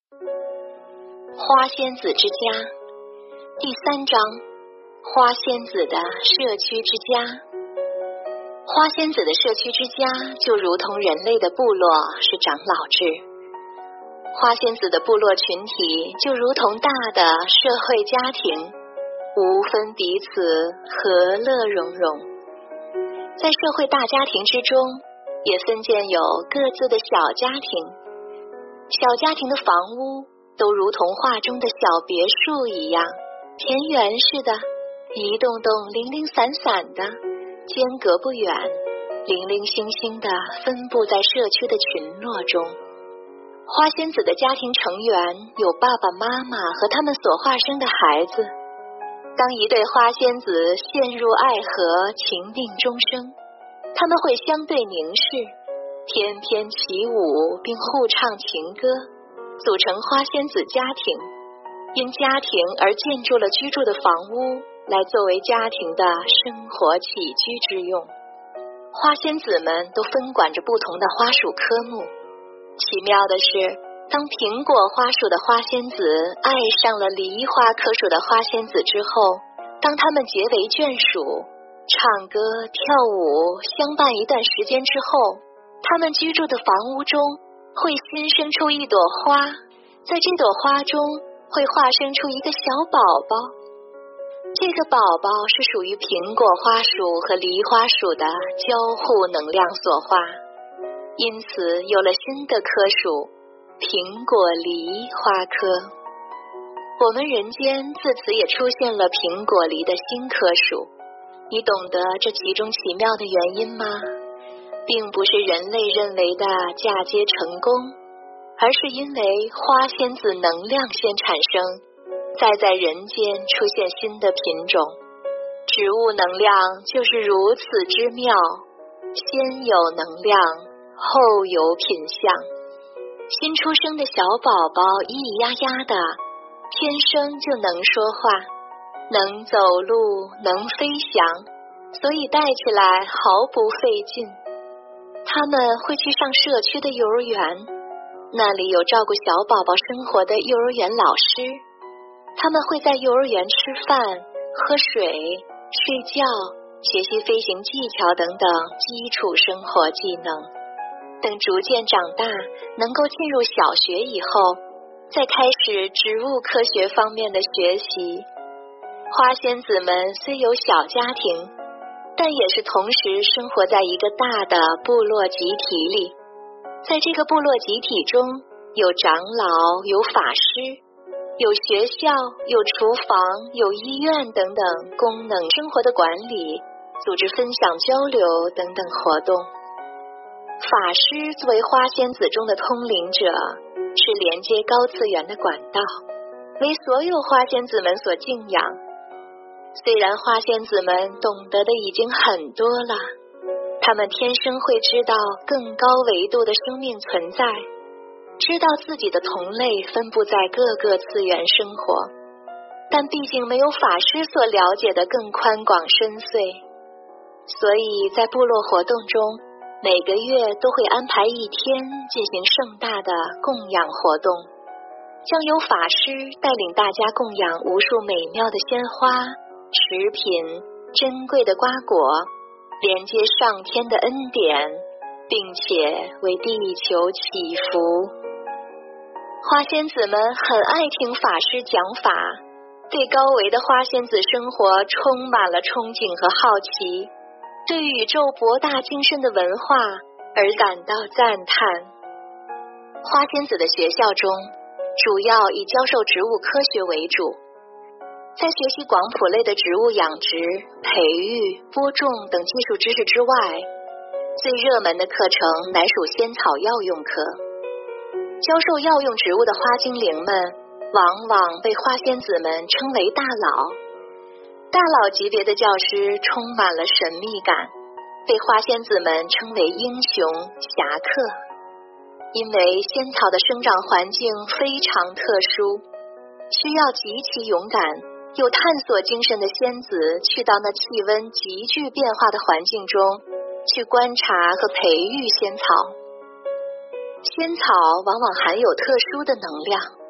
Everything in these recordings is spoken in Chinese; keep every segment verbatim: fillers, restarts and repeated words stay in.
花仙子之家第三章，花仙子的社区之家。花仙子的社区之家就如同人类的部落是长老制，花仙子的部落群体就如同大的社会家庭，无分彼此，和乐融融。在社会大家庭之中，也分建有各自的小家庭，小家庭的房屋都如同画中的小别墅一样，田园似的，一栋栋零零散散的，间隔不远，零零星星的分布在社区的群落中。花仙子的家庭成员有爸爸妈妈和他们所化生的孩子。当一对花仙子陷入爱河，情定终生，他们会相对凝视，翩翩起舞，并互唱情歌，组成花仙子家庭。因家庭而建筑了居住的房屋，来作为家庭的生活起居之用。花仙子们都分管着不同的花属科目。奇妙的是，当苹果花属的花仙子爱上了梨花科属的花仙子之后，当他们结为眷属，唱歌跳舞相伴一段时间之后，他们居住的房屋中会新生出一朵花，在这朵花中会化生出一个小宝宝。这个宝宝是属于苹果花属和梨花属的交互能量所化，因此有了新的科属，苹果梨花科。我们人间自此也出现了苹果梨的新科属。你懂得这其中奇妙的原因吗？并不是人类认为的嫁接成功，而是因为花仙子能量先产生，再在人间出现新的品种。植物能量就是如此之妙，先有能量，后有品相。新出生的小宝宝咿咿呀呀的，天生就能说话，能走路，能飞翔，所以带起来毫不费劲。他们会去上社区的幼儿园，那里有照顾小宝宝生活的幼儿园老师。他们会在幼儿园吃饭、喝水、睡觉，学习飞行技巧等等基础生活技能。等逐渐长大，能够进入小学以后，再开始植物科学方面的学习。花仙子们虽有小家庭，但也是同时生活在一个大的部落集体里。在这个部落集体中，有长老，有法师，有学校，有厨房，有医院等等功能生活的管理，组织分享交流等等活动。法师作为花仙子中的通灵者，是连接高次元的管道，为所有花仙子们所敬仰。虽然花仙子们懂得的已经很多了，他们天生会知道更高维度的生命存在，知道自己的同类分布在各个次元生活，但毕竟没有法师所了解的更宽广深邃，所以在部落活动中，每个月都会安排一天进行盛大的供养活动，将由法师带领大家供养无数美妙的鲜花、食品、珍贵的瓜果，连接上天的恩典，并且为地球祈福。花仙子们很爱听法师讲法，对高维的花仙子生活充满了憧憬和好奇，对宇宙博大精深的文化而感到赞叹。花仙子的学校中，主要以教授植物科学为主，在学习广谱类的植物养殖、培育、播种等技术知识之外，最热门的课程乃属仙草药用课。教授药用植物的花精灵们，往往被花仙子们称为大佬。大佬级别的教师充满了神秘感，被花仙子们称为英雄侠客。因为仙草的生长环境非常特殊，需要极其勇敢、有探索精神的仙子去到那气温急剧变化的环境中，去观察和培育仙草。仙草往往含有特殊的能量，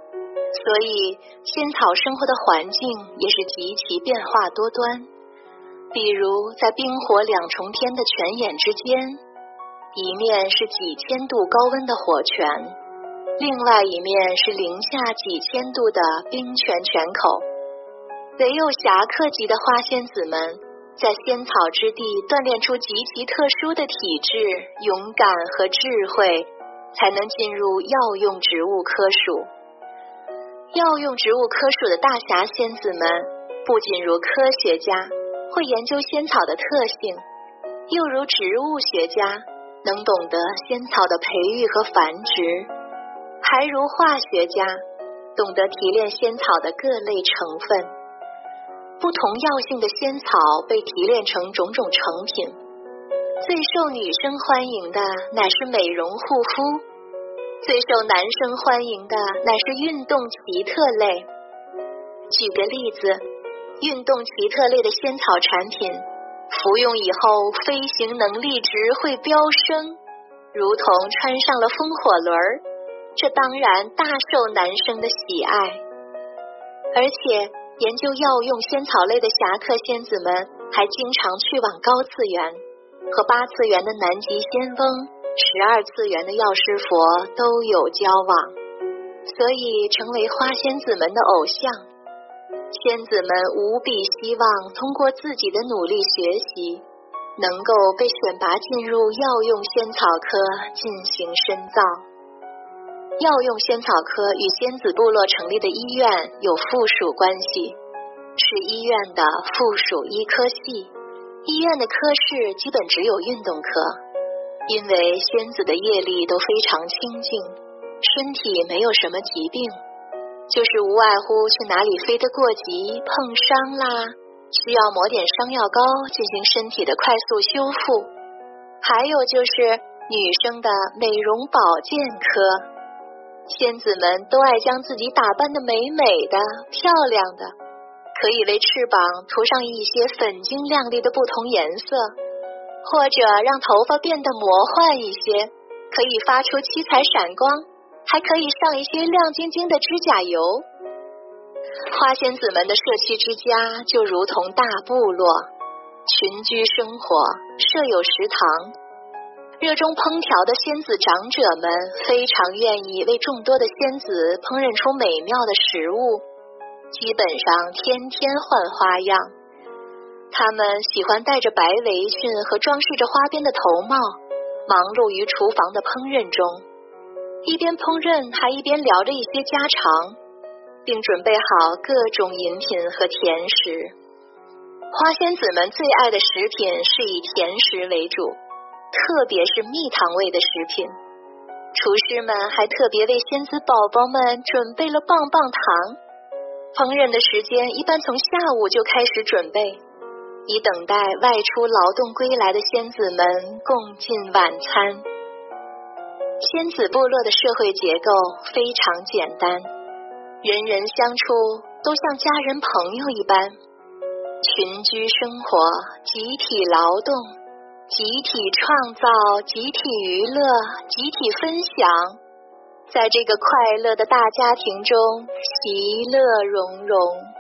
所以仙草生活的环境也是极其变化多端。比如在冰火两重天的泉眼之间，一面是几千度高温的火泉，另外一面是零下几千度的冰泉泉口。唯有侠客级的花仙子们在仙草之地锻炼出极其特殊的体质、勇敢和智慧，才能进入药用植物科属。药用植物科属的大侠仙子们不仅如科学家会研究仙草的特性，又如植物学家能懂得仙草的培育和繁殖，还如化学家懂得提炼仙草的各类成分。不同药性的仙草被提炼成种种成品，最受女生欢迎的乃是美容护肤，最受男生欢迎的乃是运动奇特类。举个例子，运动奇特类的仙草产品，服用以后飞行能力值会飙升，如同穿上了风火轮，这当然大受男生的喜爱。而且研究药用仙草类的侠客仙子们还经常去往高次元，和八次元的南极仙翁、十二次元的药师佛都有交往，所以成为花仙子们的偶像。仙子们无比希望通过自己的努力学习，能够被选拔进入药用仙草科进行深造。药用仙草科与仙子部落成立的医院有附属关系，是医院的附属医科系。医院的科室基本只有运动科，因为仙子的业力都非常清净，身体没有什么疾病，就是无外乎去哪里飞得过急、碰伤啦，需要抹点伤药膏进行身体的快速修复。还有就是女生的美容保健科，仙子们都爱将自己打扮得美美的、漂亮的，可以为翅膀涂上一些粉晶亮丽的不同颜色，或者让头发变得魔幻一些，可以发出七彩闪光，还可以上一些亮晶晶的指甲油。花仙子们的社区之家就如同大部落，群居生活，设有食堂。热衷烹调的仙子长者们非常愿意为众多的仙子烹饪出美妙的食物，基本上天天换花样。他们喜欢戴着白围裙和装饰着花边的头帽，忙碌于厨房的烹饪中，一边烹饪还一边聊着一些家常，并准备好各种饮品和甜食。花仙子们最爱的食品是以甜食为主，特别是蜜糖味的食品。厨师们还特别为仙子宝宝们准备了棒棒糖。烹饪的时间一般从下午就开始准备，以等待外出劳动归来的仙子们共进晚餐。仙子部落的社会结构非常简单，人人相处都像家人朋友一般，群居生活，集体劳动，集体创造，集体娱乐，集体分享，在这个快乐的大家庭中其乐融融。